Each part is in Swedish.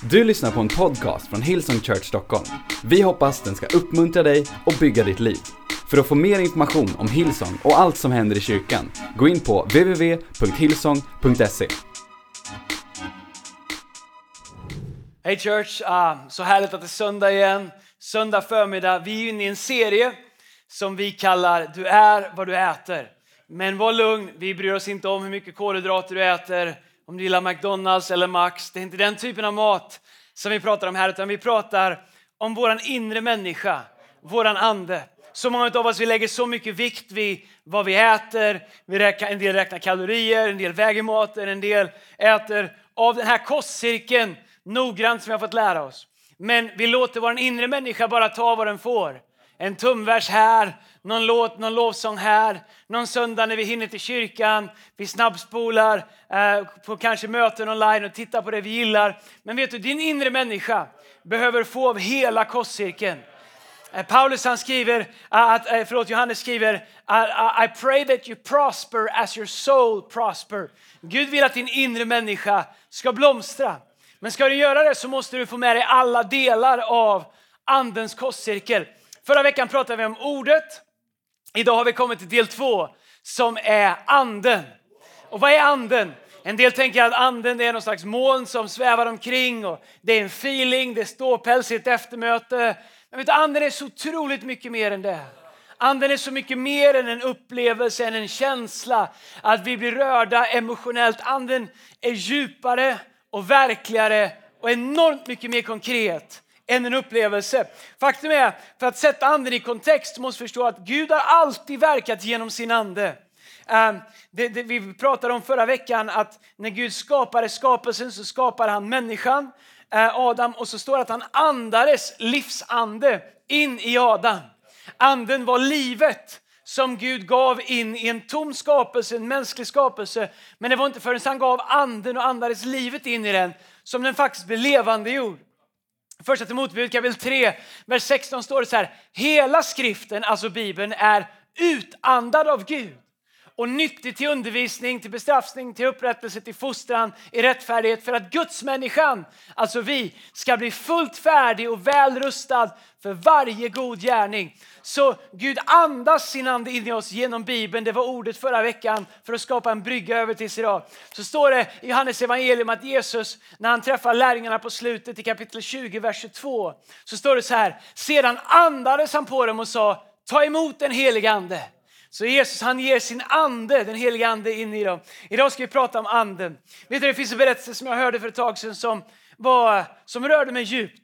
Du lyssnar på en podcast från Hillsong Church Stockholm. Vi hoppas den ska uppmuntra dig och bygga ditt liv. För att få mer information om Hillsong och allt som händer i kyrkan, gå in på www.hillsong.se. Hej Church, så härligt att det är söndag igen. Söndag förmiddag. Vi är inne i en serie som vi kallar Du är vad du äter. Men var lugn, vi bryr oss inte om hur mycket kolhydrater du äter. Om du gillar McDonalds eller Max. Det är inte den typen av mat som vi pratar om här. Utan vi pratar om våran inre människa, våran ande. Så många av oss vi lägger så mycket vikt vid vad vi äter. En del räknar kalorier, en del väger maten, en del äter av den här kostcirkeln noggrant som vi har fått lära oss. Men vi låter vår inre människa bara ta vad den får. En tumvers här, någon låt, någon lovsång här. Någon söndag när vi hinner till kyrkan. Vi snabbspolar på kanske möten online och tittar på det vi gillar. Men vet du, din inre människa behöver få av hela kostcirkeln. Paulus han skriver, Johannes skriver, I pray that you prosper as your soul prosper. Gud vill att din inre människa ska blomstra. Men ska du göra det så måste du få med dig alla delar av andens kostcirkel. Förra veckan pratade vi om ordet. Idag har vi kommit till del 2 som är anden. Och vad är anden? En del tänker att anden är någon slags moln som svävar omkring. Och det är en feeling, det är ståpäls i ett eftermöte. Men vet du, anden är så otroligt mycket mer än det. Anden är så mycket mer än en upplevelse, än en känsla. Att vi blir rörda emotionellt. Anden är djupare och verkligare och enormt mycket mer konkret än en upplevelse. Faktum är, för att sätta anden i kontext måste vi förstå att Gud har alltid verkat genom sin ande. Vi pratade om förra veckan att när Gud skapade skapelsen så skapade han människan, Adam, och så står det att han andades livsande in i Adam. Anden var livet som Gud gav in i en tom skapelse, en mänsklig skapelse. Men det var inte förrän han gav anden och andades livet in i den som den faktiskt blev levande jord. Första Timoteusbrevet kapitel 3, vers 16 står det så här. Hela skriften, alltså Bibeln, är utandad av Gud. Och nyttig till undervisning, till bestraffning, till upprättelse, till fostran, i rättfärdighet. För att Guds människan, alltså vi, ska bli fullt färdig och väl rustad för varje god gärning. Så Gud andas sin ande in i oss genom Bibeln. Det var ordet förra veckan för att skapa en brygga över till idag. Så står det i Johannes evangelium att Jesus, när han träffar lärjungarna på slutet i kapitel 20, vers 22. Så står det så här. Sedan andades han på dem och sa, ta emot den heliga ande. Så Jesus han ger sin ande, den heliga ande, in i dem. Idag ska vi prata om anden. Vet du, det finns en berättelse som jag hörde för ett tag sedan som rörde mig djupt.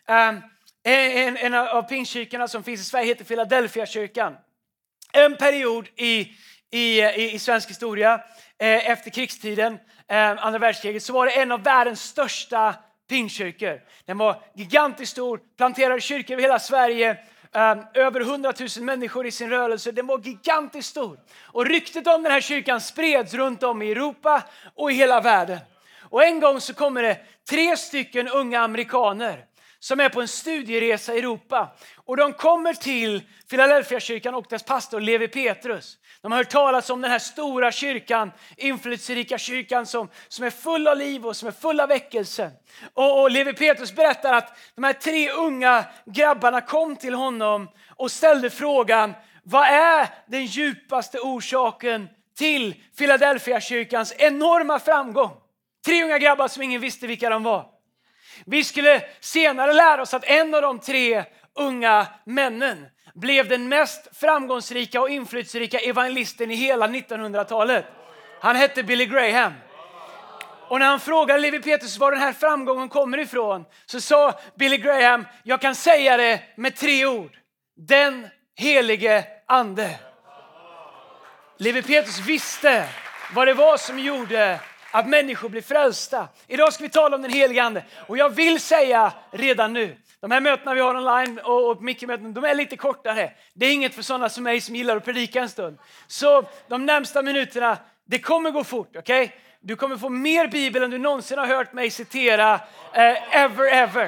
En av pingstkyrkorna som finns i Sverige heter Philadelphia-kyrkan. En period i svensk historia efter krigstiden, andra världskriget, så var det en av världens största pingstkyrkor. Den var gigantiskt stor, planterade kyrkor över hela Sverige. Över 100 000 människor i sin rörelse. Den var gigantiskt stor. Och ryktet om den här kyrkan spreds runt om i Europa och i hela världen. Och en gång så kommer det 3 stycken unga amerikaner som är på en studieresa i Europa. Och de kommer till Philadelphia-kyrkan och dess pastor Levi Petrus. De har hört talas om den här stora kyrkan, inflytelserika kyrkan som är full av liv och som är full av väckelse. Och Levi Petrus berättar att de här 3 unga grabbarna kom till honom och ställde frågan: vad är den djupaste orsaken till Philadelphia-kyrkans enorma framgång? 3 unga grabbar som ingen visste vilka de var. Vi skulle senare lära oss att en av de 3 unga männen blev den mest framgångsrika och inflytelserika evangelisten i hela 1900-talet. Han hette Billy Graham. Och när han frågade Levi Petrus var den här framgången kommer ifrån, så sa Billy Graham, jag kan säga det med 3 ord. Den helige ande. Levi Petrus visste vad det var som gjorde att människor blir frälsta. Idag ska vi tala om den helige ande. Och jag vill säga redan nu, de här mötena vi har online och mikromöten, de är lite kortare. Det är inget för sådana som mig som gillar att predika en stund. Så de närmsta minuterna, det kommer gå fort, okej? Du kommer få mer Bibel än du någonsin har hört mig citera ever.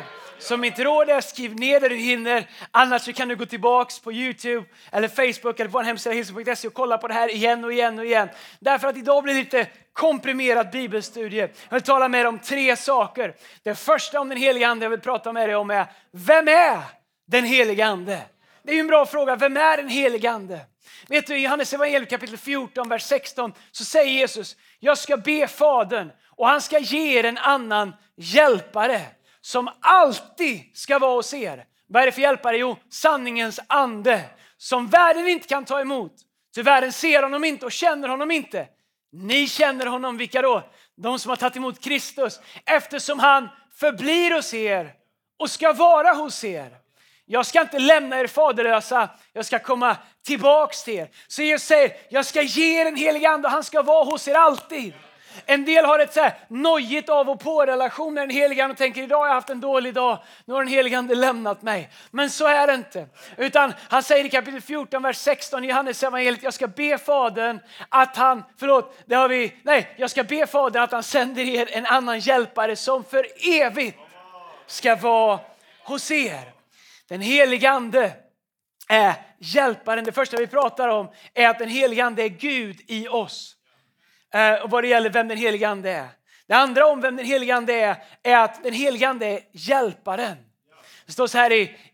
Som inte råder, skriv ner det du hinner. Annars så kan du gå tillbaks på YouTube eller Facebook eller på en hemsida hillsong.se och kolla på det här igen och igen och igen. Därför att idag blir det lite komprimerad bibelstudie. Jag vill tala med dig om 3 saker. Det första om den heliga ande jag vill prata med dig om är: vem är den heliga ande? Det är ju en bra fråga. Vem är den heliga ande? Vet du, i Johannes evangelium kapitel 14, vers 16 så säger Jesus: jag ska be Fadern och han ska ge er en annan hjälpare som alltid ska vara hos er. Vad är det för hjälpare? Jo, sanningens ande som världen inte kan ta emot. För världen ser honom inte och känner honom inte. Ni känner honom, vilka då? De som har tagit emot Kristus, eftersom han förblir hos er och ska vara hos er. Jag ska inte lämna er faderlösa, jag ska komma tillbaks till er. Så Jesus säger: jag ska ge er en helig ande och han ska vara hos er alltid. En del har ett så här nojigt av och på relation med den heliga ande och tänker: idag har jag haft en dålig dag, nu har den heliga ande lämnat mig. Men så är det inte. Utan han säger i kapitel 14, vers 16 i Johannes evangeliet: jag ska be Fadern att han, jag ska be Fadern att han sänder er en annan hjälpare som för evigt ska vara hos er. Den heliga ande är hjälparen. Det första vi pratar om är att den heliga ande är Gud i oss. Och vad det gäller vem den heliga ande är. Det andra om vem den heliga ande är att den heliga ande är hjälparen. Det står så här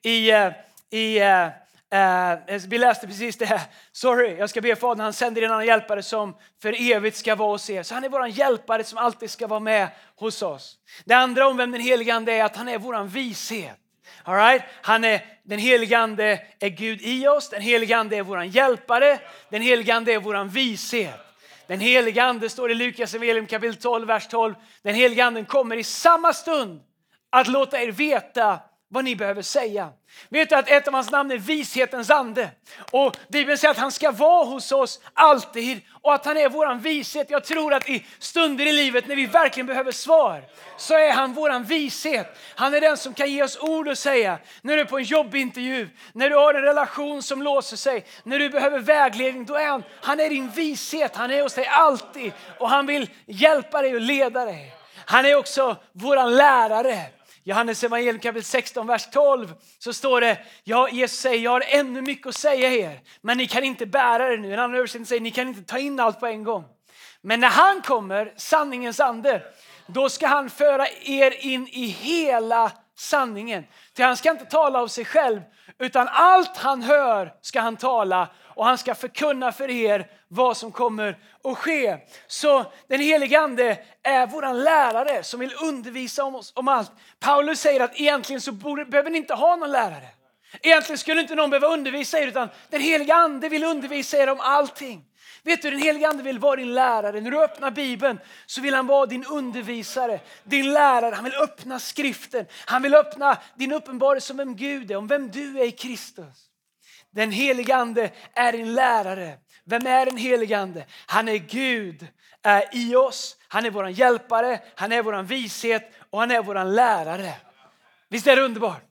vi läste precis det här. Jag ska be Fadern, han sänder en annan hjälpare som för evigt ska vara hos er. Så han är våran hjälpare som alltid ska vara med hos oss. Det andra om vem den heliga ande är att han är våran vishet. All right? Den heliga ande är Gud i oss. Den heliga ande är våran hjälpare. Den heliga ande är våran vishet. Den heliga ande står i Lukas evangelium kapitel 12, vers 12. Den heliga anden kommer i samma stund att låta er veta vad ni behöver säga. Vet du att ett av hans namn är vishetens ande? Och Bibeln säger att han ska vara hos oss alltid och att han är våran vishet. Jag tror att i stunder i livet när vi verkligen behöver svar så är han våran vishet. Han är den som kan ge oss ord att säga. När du är på en jobbintervju, när du har en relation som låser sig, när du behöver vägledning, då är han är din vishet. Han är hos dig alltid och han vill hjälpa dig och leda dig. Han är också våran lärare. Johannes evangelium kapitel 16, vers 12 så står det: Jesus säger, jag har ännu mycket att säga er, men ni kan inte bära det nu. En annan översättning säger, ni kan inte ta in allt på en gång. Men när han kommer, sanningens ande, då ska han föra er in i hela sanningen. För han ska inte tala av sig själv, utan allt han hör ska han tala och han ska förkunna för er vad som kommer att ske. Så den heliga ande är våran lärare som vill undervisa oss om allt. Paulus säger att egentligen så behöver ni inte ha någon lärare. Egentligen skulle inte någon behöva undervisa er, utan den heliga ande vill undervisa er om allting. Vet du, den heliga ande vill vara din lärare. När du öppnar Bibeln så vill han vara din undervisare, din lärare. Han vill öppna skriften. Han vill öppna din uppenbarelse om vem Gud är, om vem du är i Kristus. Den heliga ande är din lärare. Vem är den heliga ande? Han är Gud i oss. Han är våran hjälpare, han är våran vishet och han är våran lärare. Visst är det underbart?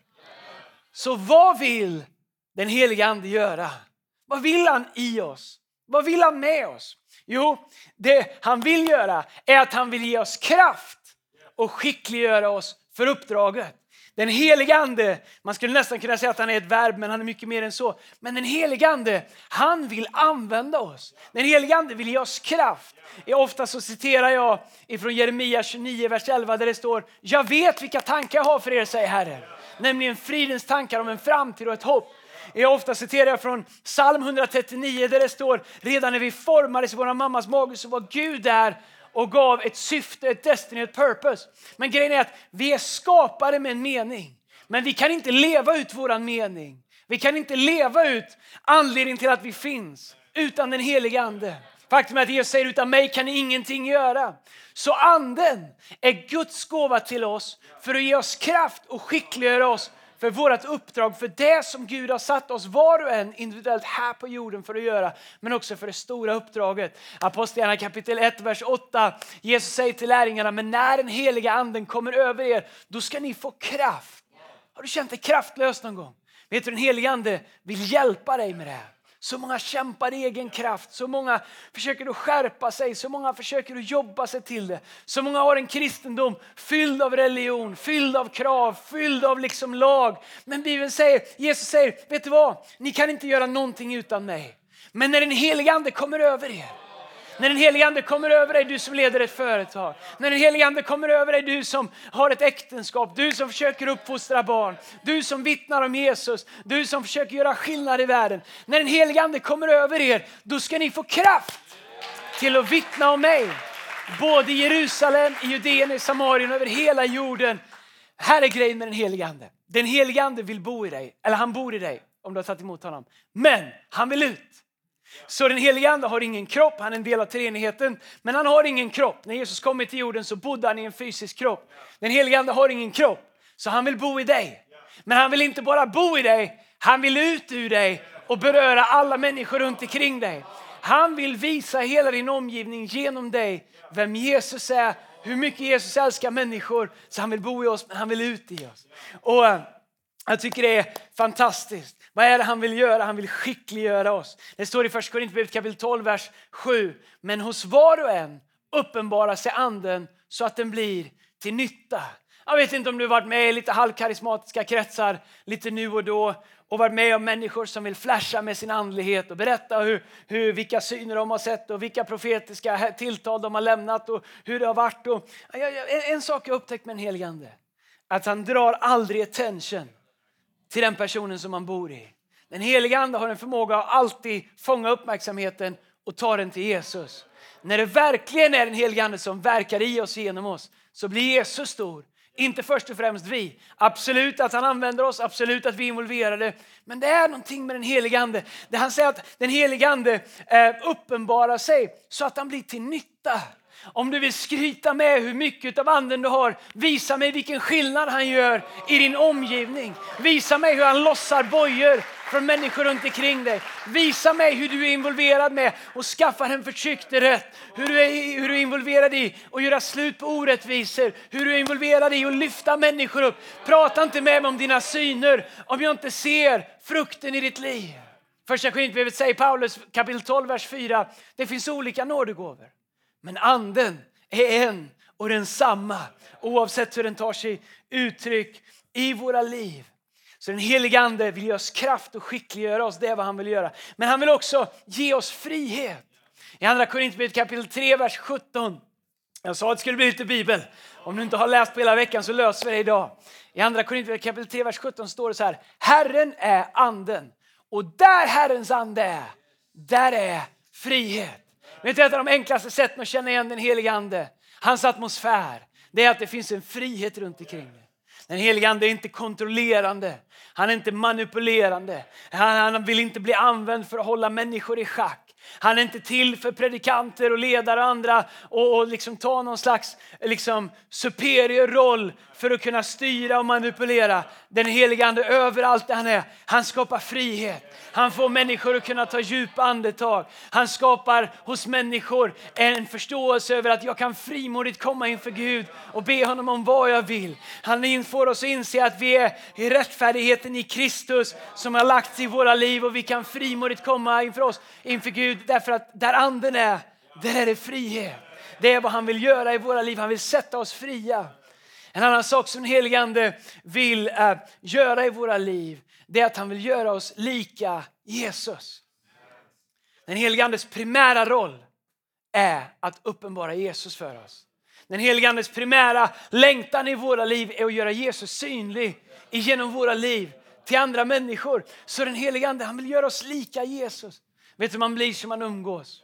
Så vad vill den heliga ande göra? Vad vill han i oss? Vad vill han med oss? Jo, det han vill göra är att han vill ge oss kraft och skickliggöra oss för uppdraget. Den heliga ande, man skulle nästan kunna säga att han är ett verb, men han är mycket mer än så. Men den heliga ande, han vill använda oss. Den heliga ande vill ge oss kraft. Ofta så citerar jag ifrån Jeremia 29, vers 11, där det står: jag vet vilka tankar jag har för er, säger Herren. Nämligen fridens tankar om en framtid och ett hopp. Jag ofta citerar jag från Psalm 139, där det står: redan när vi formades i våra mammas mage så var Gud där och gav ett syfte, ett destiny, ett purpose. Men grejen är att vi är skapade med en mening. Men vi kan inte leva ut våran mening. Vi kan inte leva ut anledningen till att vi finns utan den heliga ande. Faktum är att Jesus säger: utan mig kan ni ingenting göra. Så anden är Guds gåva till oss för att ge oss kraft och skickliggöra oss för vårt uppdrag, för det som Gud har satt oss var och en individuellt här på jorden för att göra, men också för det stora uppdraget. Apostlagärningarna kapitel 1, vers 8. Jesus säger till lärjungarna: men när den heliga anden kommer över er, då ska ni få kraft. Har du känt dig kraftlös någon gång? Vet du, den heliga ande vill hjälpa dig med det här. Så många kämpar i egen kraft. Så många försöker att skärpa sig. Så många försöker att jobba sig till det. Så många har en kristendom fylld av religion, fylld av krav, fylld av liksom lag. Men Bibeln säger, Jesus säger, vet du vad? Ni kan inte göra någonting utan mig. Men när den helige ande kommer över er, när den helige ande kommer över dig, du som leder ett företag. När den helige ande kommer över dig, du som har ett äktenskap. Du som försöker uppfostra barn. Du som vittnar om Jesus. Du som försöker göra skillnad i världen. När den helige ande kommer över er, då ska ni få kraft till att vittna om mig. Både i Jerusalem, i Judeen, i Samarien, över hela jorden. Här är grejen med den helige ande. Den helige ande vill bo i dig. Eller han bor i dig om du har tagit emot honom. Men han vill ut. Så den helige ande har ingen kropp, han är en del av treenigheten, men han har ingen kropp. När Jesus kom till jorden så bodde han i en fysisk kropp. Den helige ande har ingen kropp, så han vill bo i dig. Men han vill inte bara bo i dig, han vill ut ur dig och beröra alla människor runt omkring dig. Han vill visa hela din omgivning genom dig vem Jesus är, hur mycket Jesus älskar människor. Så han vill bo i oss, men han vill ut i oss. Och jag tycker det är fantastiskt. Vad är det han vill göra? Han vill skickliggöra oss. Det står i första Korinthierbrevet kapitel 12, vers 7. Men hos var och en uppenbarar sig anden så att den blir till nytta. Jag vet inte om du har varit med i lite halvkarismatiska kretsar lite nu och då. Och varit med om människor som vill flasha med sin andlighet och berätta vilka syner de har sett och vilka profetiska tilltal de har lämnat och hur det har varit. Och en sak jag upptäckt med en helig ande. Att han drar aldrig attention till den personen som man bor i. Den heliga ande har en förmåga att alltid fånga uppmärksamheten och ta den till Jesus. När det verkligen är den heliga ande som verkar i oss och genom oss, så blir Jesus stor. Inte först och främst vi. Absolut att han använder oss, absolut att vi är involverade. Men det är någonting med den heliga ande. Där han säger att den heliga ande uppenbarar sig så att han blir till nytta. Om du vill skryta med hur mycket av anden du har, visa mig vilken skillnad han gör i din omgivning. Visa mig hur han lossar bojor från människor runt omkring dig. Visa mig hur du är involverad med och skaffar en förtryckte rätt. Hur du är involverad i att göra slut på orättvisor. Hur du är involverad i att lyfta människor upp. Prata inte med mig om dina syner om jag inte ser frukten i ditt liv. Första Korinthierbrevet säger Paulus kapitel 12, vers 4. Det finns olika nådegåvor. Men anden är en och den samma, oavsett hur den tar sig uttryck i våra liv. Så den heliga ande vill ge oss kraft och skickliggöra oss, det är vad han vill göra. Men han vill också ge oss frihet. I andra Korinthierbrevet kapitel 3, vers 17. Jag sa att det skulle bli lite bibel. Om du inte har läst på hela veckan så löser vi det idag. I andra Korinthierbrevet kapitel 3, vers 17 står det så här. Herren är anden. Och där Herrens ande är, där är frihet. Vet du, ett av de enklaste sätten att känna igen den heliga ande, hans atmosfär, det är att det finns en frihet runt omkring det. Den heliga ande är inte kontrollerande. Han är inte manipulerande. Han vill inte bli använd för att hålla människor i schack. Han är inte till för predikanter och ledare och andra och liksom ta någon slags liksom superior roll för att kunna styra och manipulera. Den heliga ande överallt där han är. Han skapar frihet. Han får människor att kunna ta djupa andetag. Han skapar hos människor en förståelse över att jag kan frimodigt komma inför Gud och be honom om vad jag vill. Han får oss att inse att vi är i rättfärdigheten i Kristus som har lagts i våra liv och vi kan frimodigt komma inför Gud därför att där anden är, där är det frihet. Det är vad han vill göra i våra liv. Han vill sätta oss fria. En annan sak som den helige ande vill göra i våra liv, det är att han vill göra oss lika Jesus. Den helige andes primära roll är att uppenbara Jesus för oss. Den helige andes primära längtan i våra liv är att göra Jesus synlig genom våra liv till andra människor. Så den helige ande, han vill göra oss lika Jesus. Vet du hur man blir som man umgås?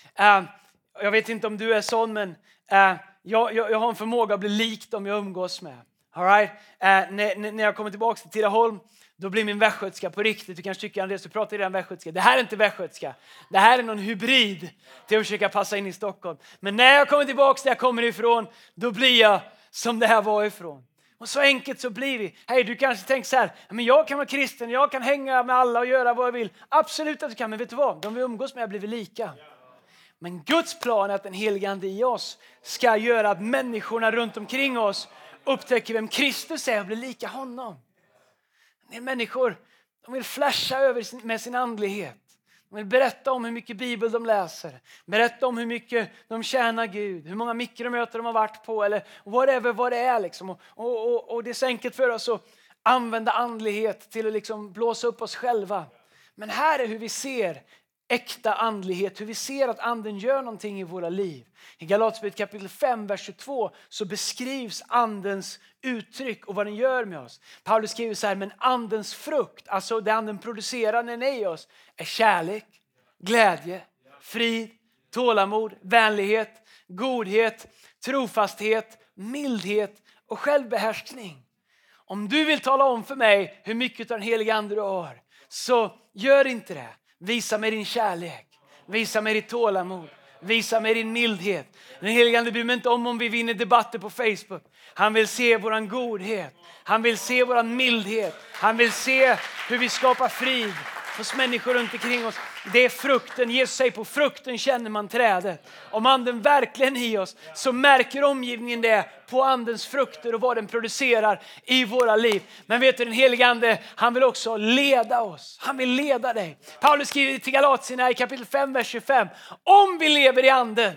Jag vet inte om du är sån, men jag har en förmåga att bli lik dem jag umgås med. All right? När jag kommer tillbaka till Tidaholm, då blir min västgötska på riktigt. Du kanske tycker Andreas, du pratar redan västgötska. Det här är inte västgötska. Det här är någon hybrid till att försöka passa in i Stockholm. Men när jag kommer tillbaka där jag kommer ifrån, då blir jag som det här var ifrån. Och så enkelt så blir vi. Hej, du kanske tänker så här, men jag kan vara kristen, jag kan hänga med alla och göra vad jag vill. Absolut att du kan, men vet du vad? De vi umgås med blir vi lika. Men Guds plan är att den heliga ande i oss ska göra att människorna runt omkring oss upptäcker vem Kristus är och blir lika honom. En del människor, de vill flasha över med sin andlighet. De vill berätta om hur mycket Bibel de läser. Berätta om hur mycket de tjänar Gud. Hur många mikromöten de har varit på. Eller whatever vad det är. Liksom. Och det är så enkelt för oss att använda andlighet till att liksom blåsa upp oss själva. Men här är hur vi ser äkta andlighet. Hur vi ser att anden gör någonting i våra liv. I Galaterbrevet kapitel 5, vers 22 så beskrivs andens uttryck och vad den gör med oss. Paulus skriver så här, men andens frukt, alltså det anden producerar när den är i oss, är kärlek, glädje, frid, tålamod, vänlighet, godhet, trofasthet, mildhet och självbehärskning. Om du vill tala om för mig hur mycket av den heliga ande du har, så gör inte det. Visa mig din kärlek, visa mig ditt tålamod. Visa mig din mildhet. Den helige ande bryr mig inte om vi vinner debatter på Facebook. Han vill se våran godhet. Han vill se våran mildhet. Han vill se hur vi skapar frid hos människor runt omkring oss. Det är frukten. Jesus säger på frukten känner man trädet. Om anden verkligen i oss så märker omgivningen det på andens frukter och vad den producerar i våra liv. Men vet du, den helige ande, han vill också leda oss. Han vill leda dig. Paulus skriver till Galatierna i kapitel 5, vers 25. Om vi lever i anden,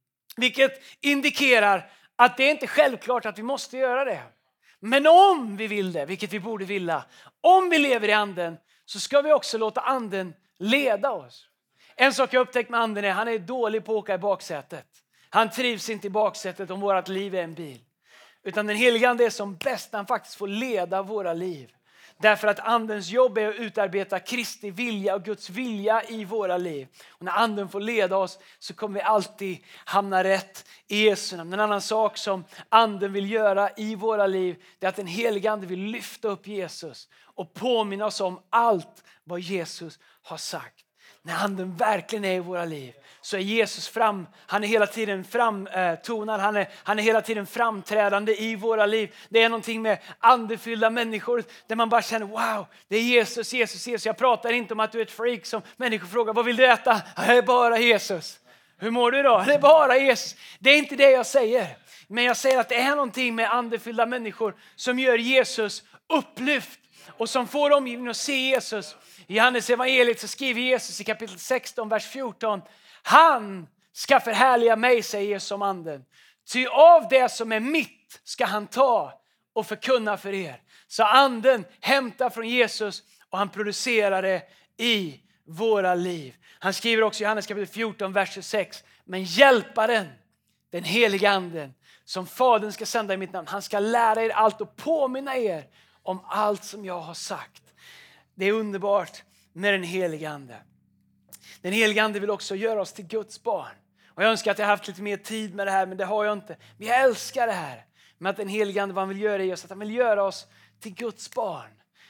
vilket indikerar att det är inte självklart att vi måste göra det. Men om vi vill det, vilket vi borde vilja, om vi lever i anden så ska vi också låta anden leda oss. En sak jag upptäckt med anden är att han är dålig på att åka i baksätet. Han trivs inte i baksätet om vårt liv är en bil. Utan den helige ande är som bäst när han faktiskt får leda våra liv. Därför att andens jobb är att utarbeta Kristi vilja och Guds vilja i våra liv. Och när anden får leda oss så kommer vi alltid hamna rätt i Jesu namn. En annan sak som anden vill göra i våra liv är att den helige ande vill lyfta upp Jesus och påminna oss om allt vad Jesus har sagt. När anden verkligen är i våra liv så är Jesus han är hela tiden framtonad, han är hela tiden framträdande i våra liv. Det är någonting med andefyllda människor där man bara känner wow, det är Jesus, Jesus, Jesus. Jag pratar inte om att du är ett freak som människor frågar, vad vill du äta? Det är bara Jesus. Hur mår du då? Det är bara Jesus. Det är inte det jag säger. Men jag säger att det är någonting med andefyllda människor som gör Jesus upplyft och som får omgivningen att se Jesus. I Johannes evangeliet så skriver Jesus i kapitel 16, vers 14. Han ska förhärliga mig, säger Jesus om anden. Ty av det som är mitt ska han ta och förkunna för er. Så anden hämtar från Jesus och han producerar det i våra liv. Han skriver också i Johannes kapitel 14, vers 26. Men hjälparen, den heliga anden, som Fadern ska sända i mitt namn. Han ska lära er allt och påminna er om allt som jag har sagt. Det är underbart med den heliga ande. Den heliga ande vill också göra oss till Guds barn. Och jag önskar att jag haft lite mer tid med det här, men det har jag inte. Men jag älskar det här med att den heliga ande, vad han vill göra i oss, att han vill göra oss till Guds barn.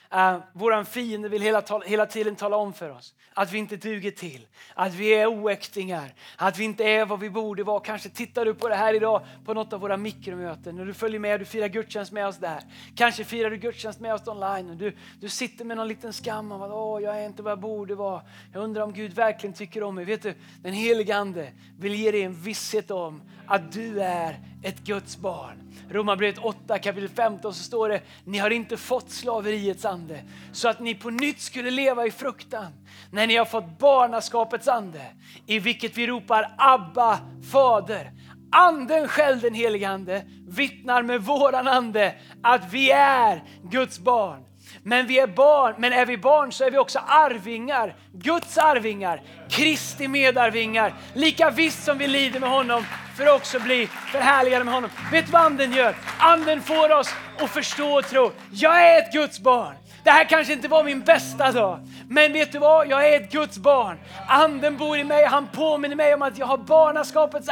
Våran fiende vill hela tiden tala om för oss att vi inte duger till, att vi är oäktingar, att vi inte är vad vi borde vara. Kanske tittar du på det här idag på något av våra mikromöten och du följer med, du firar gudstjänst med oss där. Kanske firar du gudstjänst med oss online och du sitter med någon liten skam av att jag är inte vad jag borde vara. Jag undrar om Gud verkligen tycker om mig. Vet du, den helige ande vill ge dig en visshet om att du är ett Guds barn. Romarbrevet 8 kapitel 15 så står det: ni har inte fått slaveriets ande så att ni på nytt skulle leva i fruktan. När ni har fått barnaskapets ande, i vilket vi ropar Abba, Fader. Anden själv, den helige ande, vittnar med våran ande att vi är Guds barn. Men vi är barn, men är vi barn så är vi också arvingar, Guds arvingar, Kristi medarvingar. Lika visst som vi lider med honom för att också bli förhärligade med honom. Vet du vad anden gör? Anden får oss att förstå och tro. Jag är ett Guds barn. Det här kanske inte var min bästa dag. Men vet du vad? Jag är ett Guds barn. Anden bor i mig. Han påminner mig om att jag har barnaskapets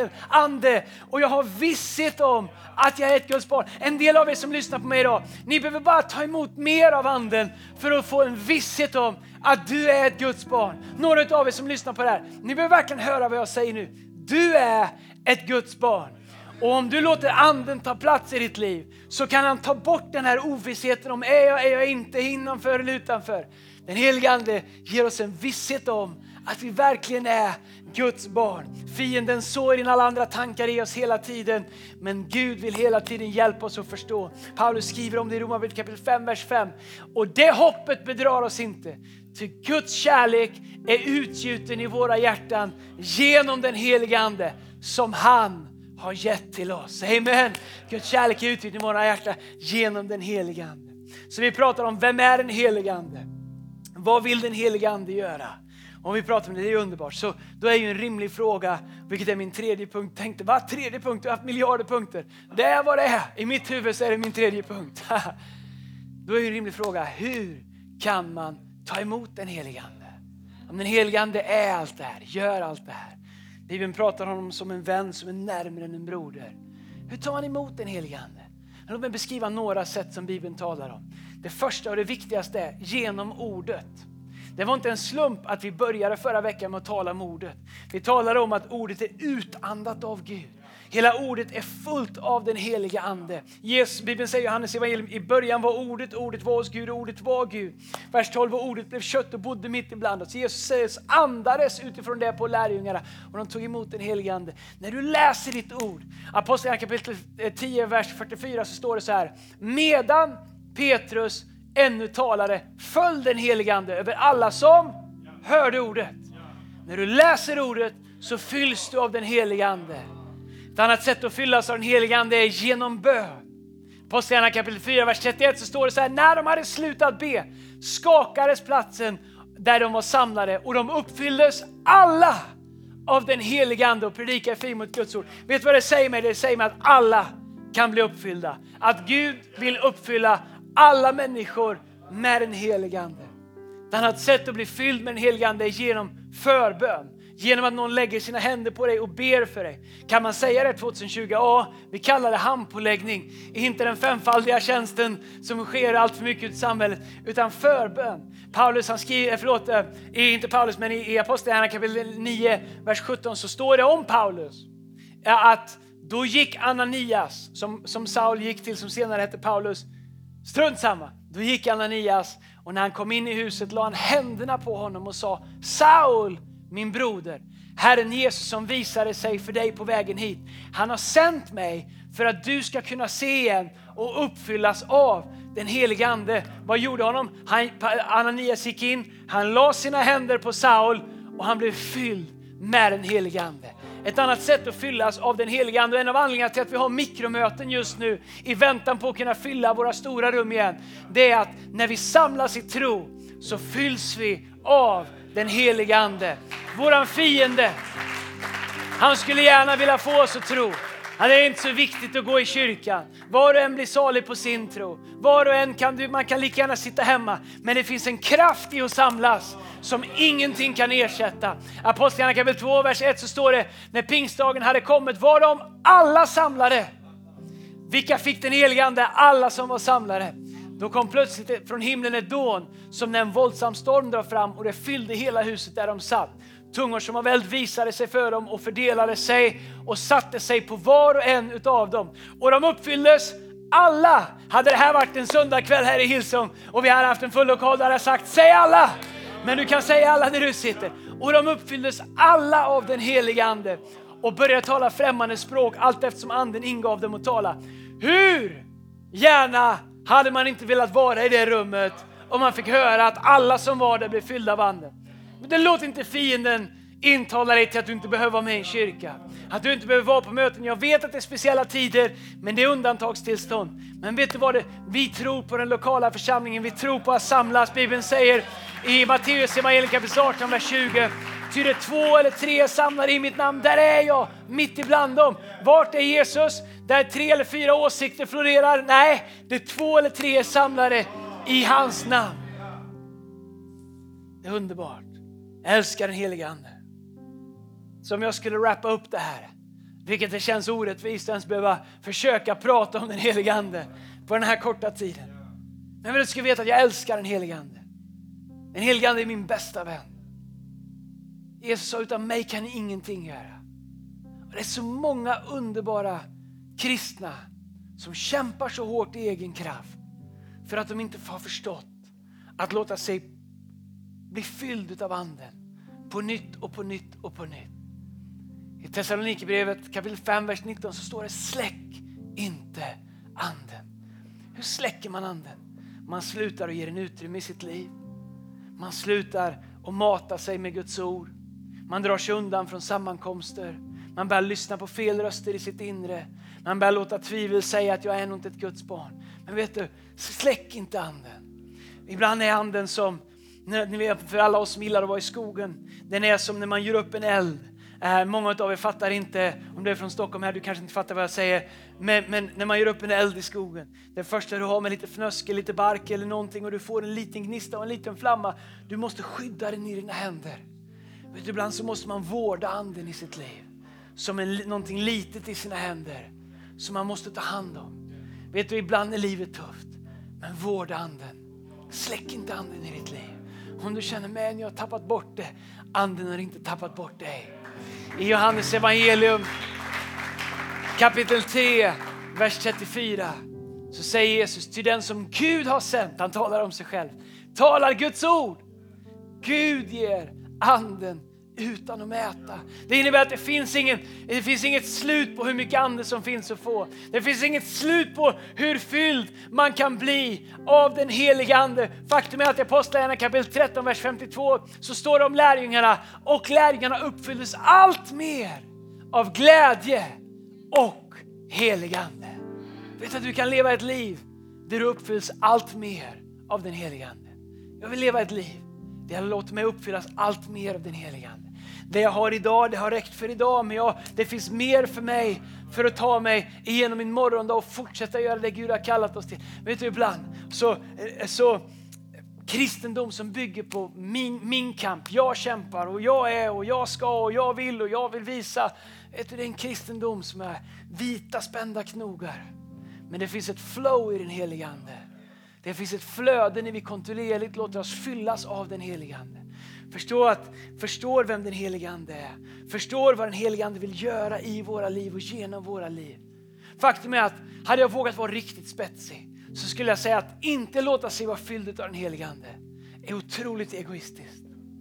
ande. Och jag har visshet om att jag är ett Guds barn. En del av er som lyssnar på mig idag, ni behöver bara ta emot mer av anden för att få en visshet om att du är ett Guds barn. Några av er som lyssnar på det här, ni behöver verkligen höra vad jag säger nu. Du är ett Guds barn. Och om du låter anden ta plats i ditt liv så kan han ta bort den här ovissheten om är jag inte innanför eller utanför. Den helige ande ger oss en visshet om att vi verkligen är Guds barn. Fienden sår in alla andra tankar i oss hela tiden. Men Gud vill hela tiden hjälpa oss att förstå. Paulus skriver om det i Romarbrevet kapitel 5, vers 5. Och det hoppet bedrar oss inte. Ty Guds kärlek är utgjuten i våra hjärtan genom den helige ande som han har gett till oss. Amen. Guds kärlek är utgjuten i våra hjärtan genom den helige ande. Så vi pratar om vem är den helige ande? Vad vill den helige ande göra? Om vi pratar om det, det är underbart. Så då är ju en rimlig fråga, vilket är min tredje punkt. Tänkte, vad tredje punkt? Du har haft miljarder punkter. Det är vad det är. I mitt huvud så är det min tredje punkt. Då är ju en rimlig fråga, hur kan man ta emot den helige ande? Om den helige ande är allt det här, gör allt det här. Bibeln pratar om honom som en vän som är närmare än en broder. Hur tar man emot den helige ande? Låt mig beskriva några sätt som Bibeln talar om. Det första och det viktigaste är genom ordet. Det var inte en slump att vi började förra veckan med att tala om ordet. Vi talade om att ordet är utandat av Gud. Hela ordet är fullt av den heliga ande. Bibeln säger i Johannes evangelium, i början var ordet var hos Gud och ordet var Gud. Vers 12, och ordet blev kött och bodde mitt ibland oss. Jesus andades utifrån det på lärjungarna och de tog emot den heliga ande. När du läser ditt ord, Apostlagärningarna kapitel 10, vers 44, så står det så här: medan Petrus ännu talade föll den heliga ande över alla som hörde ordet. När du läser ordet så fylls du av den heliga ande. Ett annat sätt att fyllas av den heliga ande är genom bön. Apostlagärningarna kapitel 4, vers 31 så står det så här: när de hade slutat be skakades platsen där de var samlade och de uppfylldes alla av den heliga ande och predikade fri mot Guds ord. Vet du vad det säger mig? Det säger mig att alla kan bli uppfyllda. Att Gud vill uppfylla alla människor med den heliga ande. Ett annat sätt att bli fylld med den heliga ande är genom förbön. Genom att någon lägger sina händer på dig och ber för dig. Kan man säga det 2020? Ja, vi kallar det handpåläggning. Inte den femfaldiga tjänsten som sker allt för mycket i samhället, utan förbön. Paulus han skriver, inte Paulus men i Apostlagärningarna kapitel 9, vers 17 så står det om Paulus att då gick Ananias, som Saul gick till, som senare hette Paulus, strunt samma. Då gick Ananias och när han kom in i huset la han händerna på honom och sa: Saul, min broder, Herren Jesus som visade sig för dig på vägen hit, han har sänt mig för att du ska kunna se igen och uppfyllas av den heliga ande. Vad gjorde honom? Ananias gick in, han la sina händer på Saul och han blev fylld med den heliga ande. Ett annat sätt att fyllas av den heliga ande, och en av anledningarna till att vi har mikromöten just nu i väntan på att kunna fylla våra stora rum igen, det är att när vi samlas i tro så fylls vi av den heliga ande. Våran fiende, han skulle gärna vilja få oss att tro att det är inte så viktigt att gå i kyrkan. Var och en blir salig på sin tro. Var och en man kan lika gärna sitta hemma. Men det finns en kraft i att samlas som ingenting kan ersätta. Apostlagärningarna kapitel 2, vers 1 så står det: när pingstdagen hade kommit var de alla samlade. Vilka fick den heliga ande? Alla som var samlade. Då kom plötsligt från himlen ett dån som när en våldsam storm drar fram och det fyllde hela huset där de satt. Tungor som av eld visade sig för dem och fördelade sig och satte sig på var och en utav dem. Och de uppfylldes alla. Hade det här varit en söndagkväll här i Hillsong och vi hade haft en full lokal, där hade jag sagt: säg alla. Men du kan säga alla där du sitter. Och de uppfylldes alla av den heliga ande och började tala främmande språk allt eftersom anden ingav dem att tala. Hur gärna hade man inte velat vara i det rummet om man fick höra att alla som var där blev fyllda av anden. Men det låter inte fienden intala dig till att du inte behöver vara med i en kyrka. Att du inte behöver vara på möten. Jag vet att det är speciella tider, men det är undantagstillstånd. Men vet du vad vi tror på den lokala församlingen. Vi tror på att samlas. Bibeln säger i Matteus evangelium kapitel 18, vers 20: ty det 2 eller 3 samlar i mitt namn, där är jag mitt ibland dem. Vart är Jesus? Där 3 eller 4 åsikter florerar? Nej, det är 2 eller 3 samlare i hans namn. Det är underbart. Jag älskar den heliga ande. Som jag skulle wrappa upp det här, vilket det känns orättvist att ens behöva försöka prata om den heliga ande på den här korta tiden. Men du ska veta att jag älskar den heliga ande. Den heliga ande är min bästa vän. Jesus sa: utan mig kan ni ingenting göra. Och det är så många underbara kristna som kämpar så hårt i egen kraft för att de inte har förstått att låta sig bli fylld av anden på nytt och på nytt och på nytt. I Thessalonikerbrevet kapitel 5 vers 19 så står det: släck inte anden. Hur släcker man anden? Man slutar och ger en utrymme i sitt liv. Man slutar och mata sig med Guds ord. Man drar sig undan från sammankomster. Man börjar lyssna på fel röster i sitt inre. Man börjar låta tvivel säga att jag är nog inte ett Guds barn. Men vet du, släck inte anden. Ibland är anden som, ni vet, för alla oss som gillar att vara i skogen, den är som när man gör upp en eld. Många av er fattar inte, om du är från Stockholm här, du kanske inte fattar vad jag säger. Men när man gör upp en eld i skogen, det första du har med lite fnöske, lite bark eller någonting, och du får en liten gnista och en liten flamma. Du måste skydda den i dina händer. Vet du, ibland så måste man vårda anden i sitt liv. Som någonting litet i sina händer. Som man måste ta hand om. Vet du, ibland är livet tufft. Men vårda anden. Släck inte anden i ditt liv. Om du känner med jag har tappat bort det. Anden har inte tappat bort dig. I Johannes evangelium kapitel 3 vers 34 så säger Jesus: ty den som Gud har sänt, han talar om sig själv, talar Guds ord. Gud ger anden utan att mäta. Det innebär att det finns inget slut på hur mycket ande som finns att få. Det finns inget slut på hur fylld man kan bli av den heliga ande. Faktum är att i Apostlagärningarna kapitel 13 vers 52 så står det om lärjungarna, och lärjungarna uppfylldes allt mer av glädje och helig ande. Vet att du kan leva ett liv där du uppfylls allt mer av den heliga ande. Jag vill leva ett liv där jag låter mig uppfyllas allt mer av den heliga ande. Det jag har idag, det har räckt för idag, men det finns mer för mig för att ta mig igenom min morgondag och fortsätta göra det Gud har kallat oss till. Vet du, ibland så kristendom som bygger på min kamp, jag kämpar och jag är och jag ska och jag vill visa. Vet du, det är en kristendom som är vita spända knogar. Men det finns ett flow i den heliga ande. Det finns ett flöde när vi kontinuerligt låter oss fyllas av den heliga ande. Förstår vem den heliga ande är. Förstår vad den heliga ande vill göra i våra liv och genom våra liv. Faktum är att hade jag vågat vara riktigt spetsig så skulle jag säga att inte låta sig vara fylld av den heliga ande är otroligt egoistiskt.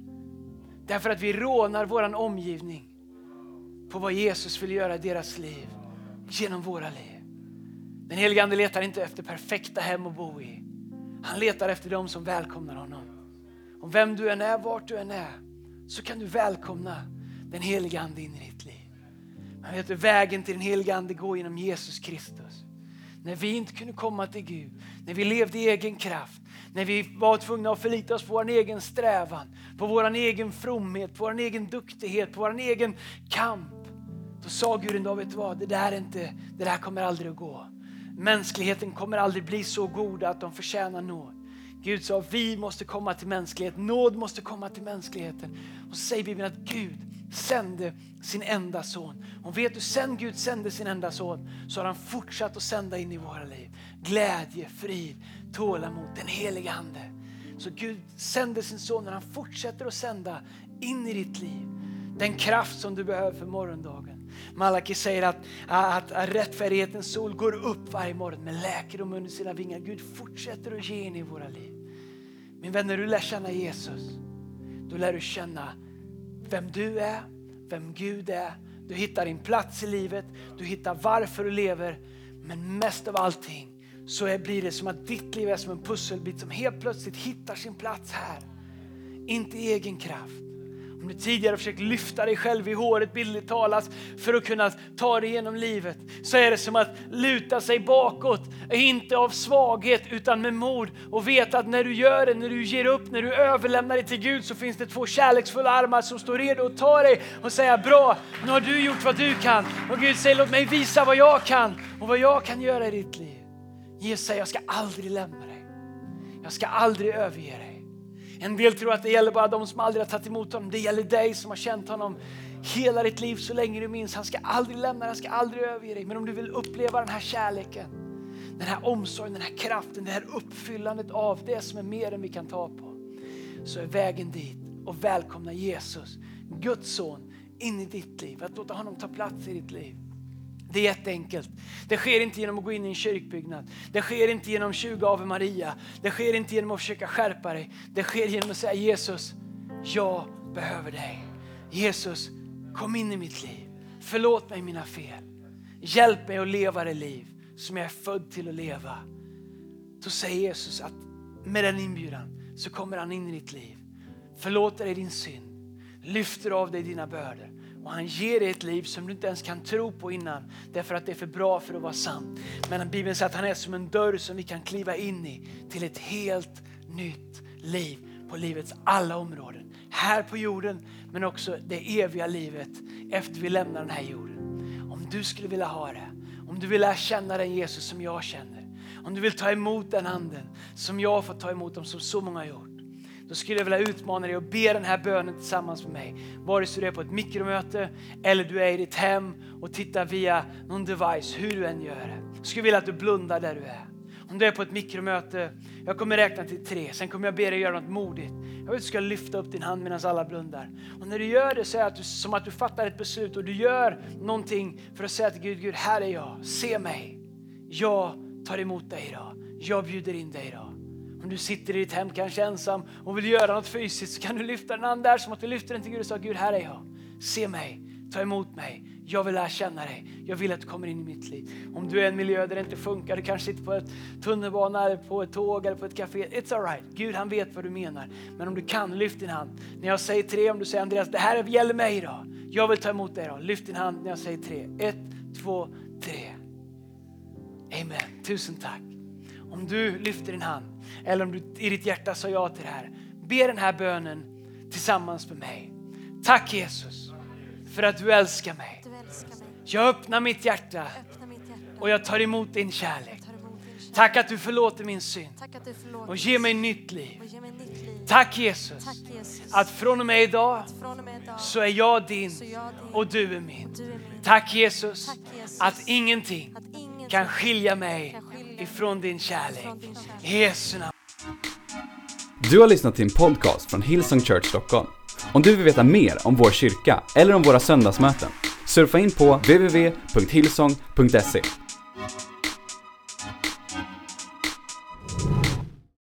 Därför att vi rånar våran omgivning på vad Jesus vill göra i deras liv genom våra liv. Den heliga ande letar inte efter perfekta hem att bo i. Han letar efter dem som välkomnar honom. Om vem du än är, vart du än är, så kan du välkomna den heliga ande in i ditt liv. Men vet du, vägen till den heliga ande går genom Jesus Kristus. När vi inte kunde komma till Gud, när vi levde i egen kraft, när vi var tvungna att förlita oss på vår egen strävan, på vår egen fromhet, på vår egen duktighet, på vår egen kamp. Då sa Gud en dag, vet du vad, det där kommer aldrig att gå. Mänskligheten kommer aldrig bli så goda att de förtjänar nåd. Gud sa, vi måste komma till mänsklighet. Nåd måste komma till mänskligheten. Och så säger Bibeln att Gud sände sin enda son. Och vet du, sen Gud sände sin enda son så har han fortsatt att sända in i våra liv glädje, frid, tålamod, den heliga ande. Så Gud sände sin son när han fortsätter att sända in i ditt liv den kraft som du behöver för morgondagen. Malaki säger att rättfärdighetens sol går upp varje morgon med läkedom under sina vingar. Gud fortsätter att ge in i våra liv. Min vän, när du lär känna Jesus, då lär du känna vem du är, vem Gud är. Du hittar din plats i livet, du hittar varför du lever. Men mest av allting så blir det som att ditt liv är som en pusselbit som helt plötsligt hittar sin plats här. Inte i egen kraft. Om du tidigare försökt lyfta dig själv i håret bildligt talat för att kunna ta dig igenom livet, så är det som att luta sig bakåt, inte av svaghet utan med mod, och veta att när du gör det, när du ger upp, när du överlämnar dig till Gud, så finns det två kärleksfulla armar som står redo att ta dig och säga, bra, nu har du gjort vad du kan. Och Gud säger, låt mig visa vad jag kan och vad jag kan göra i ditt liv. Jesus säger, jag ska aldrig lämna dig. Jag ska aldrig överge dig. En del tror att det gäller bara de som aldrig har tagit emot honom. Det gäller dig som har känt honom hela ditt liv så länge du minns. Han ska aldrig lämna dig, han ska aldrig överge dig. Men om du vill uppleva den här kärleken, den här omsorgen, den här kraften, det här uppfyllandet av det som är mer än vi kan ta på, så är vägen dit och välkomna Jesus, Guds son, in i ditt liv. Att låta honom ta plats i ditt liv. Det är jätteenkelt. Det sker inte genom att gå in i en kyrkbyggnad. Det sker inte genom 20 Ave Maria. Det sker inte genom att försöka skärpa dig. Det sker genom att säga Jesus, jag behöver dig. Jesus, kom in i mitt liv. Förlåt mig mina fel. Hjälp mig att leva det liv som jag är född till att leva. Då säger Jesus att med den inbjudan så kommer han in i ditt liv. Förlåter dig din synd. Lyfter av dig dina bördor. Och han ger dig ett liv som du inte ens kan tro på innan. Därför att det är för bra för att vara sant. Men Bibeln säger att han är som en dörr som vi kan kliva in i. Till ett helt nytt liv. På livets alla områden. Här på jorden. Men också det eviga livet. Efter vi lämnar den här jorden. Om du skulle vilja ha det. Om du vill lära känna den Jesus som jag känner. Om du vill ta emot den anden. Som jag har fått ta emot dem som så många har gjort. Då skulle jag vilja utmana dig att be den här bönen tillsammans med mig. Vare sig du är på ett mikromöte eller du är i ditt hem och tittar via någon device, hur du än gör det. Jag skulle vilja att du blundar där du är. Om du är på ett mikromöte, jag kommer räkna till 3. Sen kommer jag be dig göra något modigt. Jag vill att du ska lyfta upp din hand medan alla blundar. Och när du gör det så är det som att du fattar ett beslut och du gör någonting för att säga till Gud, Gud, här är jag, se mig. Jag tar emot dig idag. Jag bjuder in dig idag. Om du sitter i ditt hem kanske ensam och vill göra något fysiskt så kan du lyfta den hand där som att du lyfter den till Gud och säger, Gud, här är jag. Se mig, ta emot mig. Jag vill lära känna dig. Jag vill att du kommer in i mitt liv. Om du är i en miljö där det inte funkar, du kanske sitter på ett tunnelbana eller på ett tåg eller på ett café. It's all right. Gud, han vet vad du menar. Men om du kan, lyft din hand. När jag säger 3, om du säger Andreas, det här gäller mig idag. Jag vill ta emot dig idag. Lyft din hand när jag säger 3. 1, 2, 3. Amen. Tusen tack. Om du lyfter din hand eller om du i ditt hjärta sa ja till det här. Be den här bönen tillsammans med mig. Tack Jesus för att du älskar mig. Jag öppnar mitt hjärta och jag tar emot din kärlek. Tack att du förlåter min synd och ger mig nytt liv. Tack Jesus att från och med idag så är jag din och du är min. Tack Jesus att ingenting kan skilja mig ifrån din kärlek. Jesu namn. Du har lyssnat till en podcast från Hillsong Church Stockholm. Om du vill veta mer om vår kyrka eller om våra söndagsmöten, surfa in på www.hillsong.se.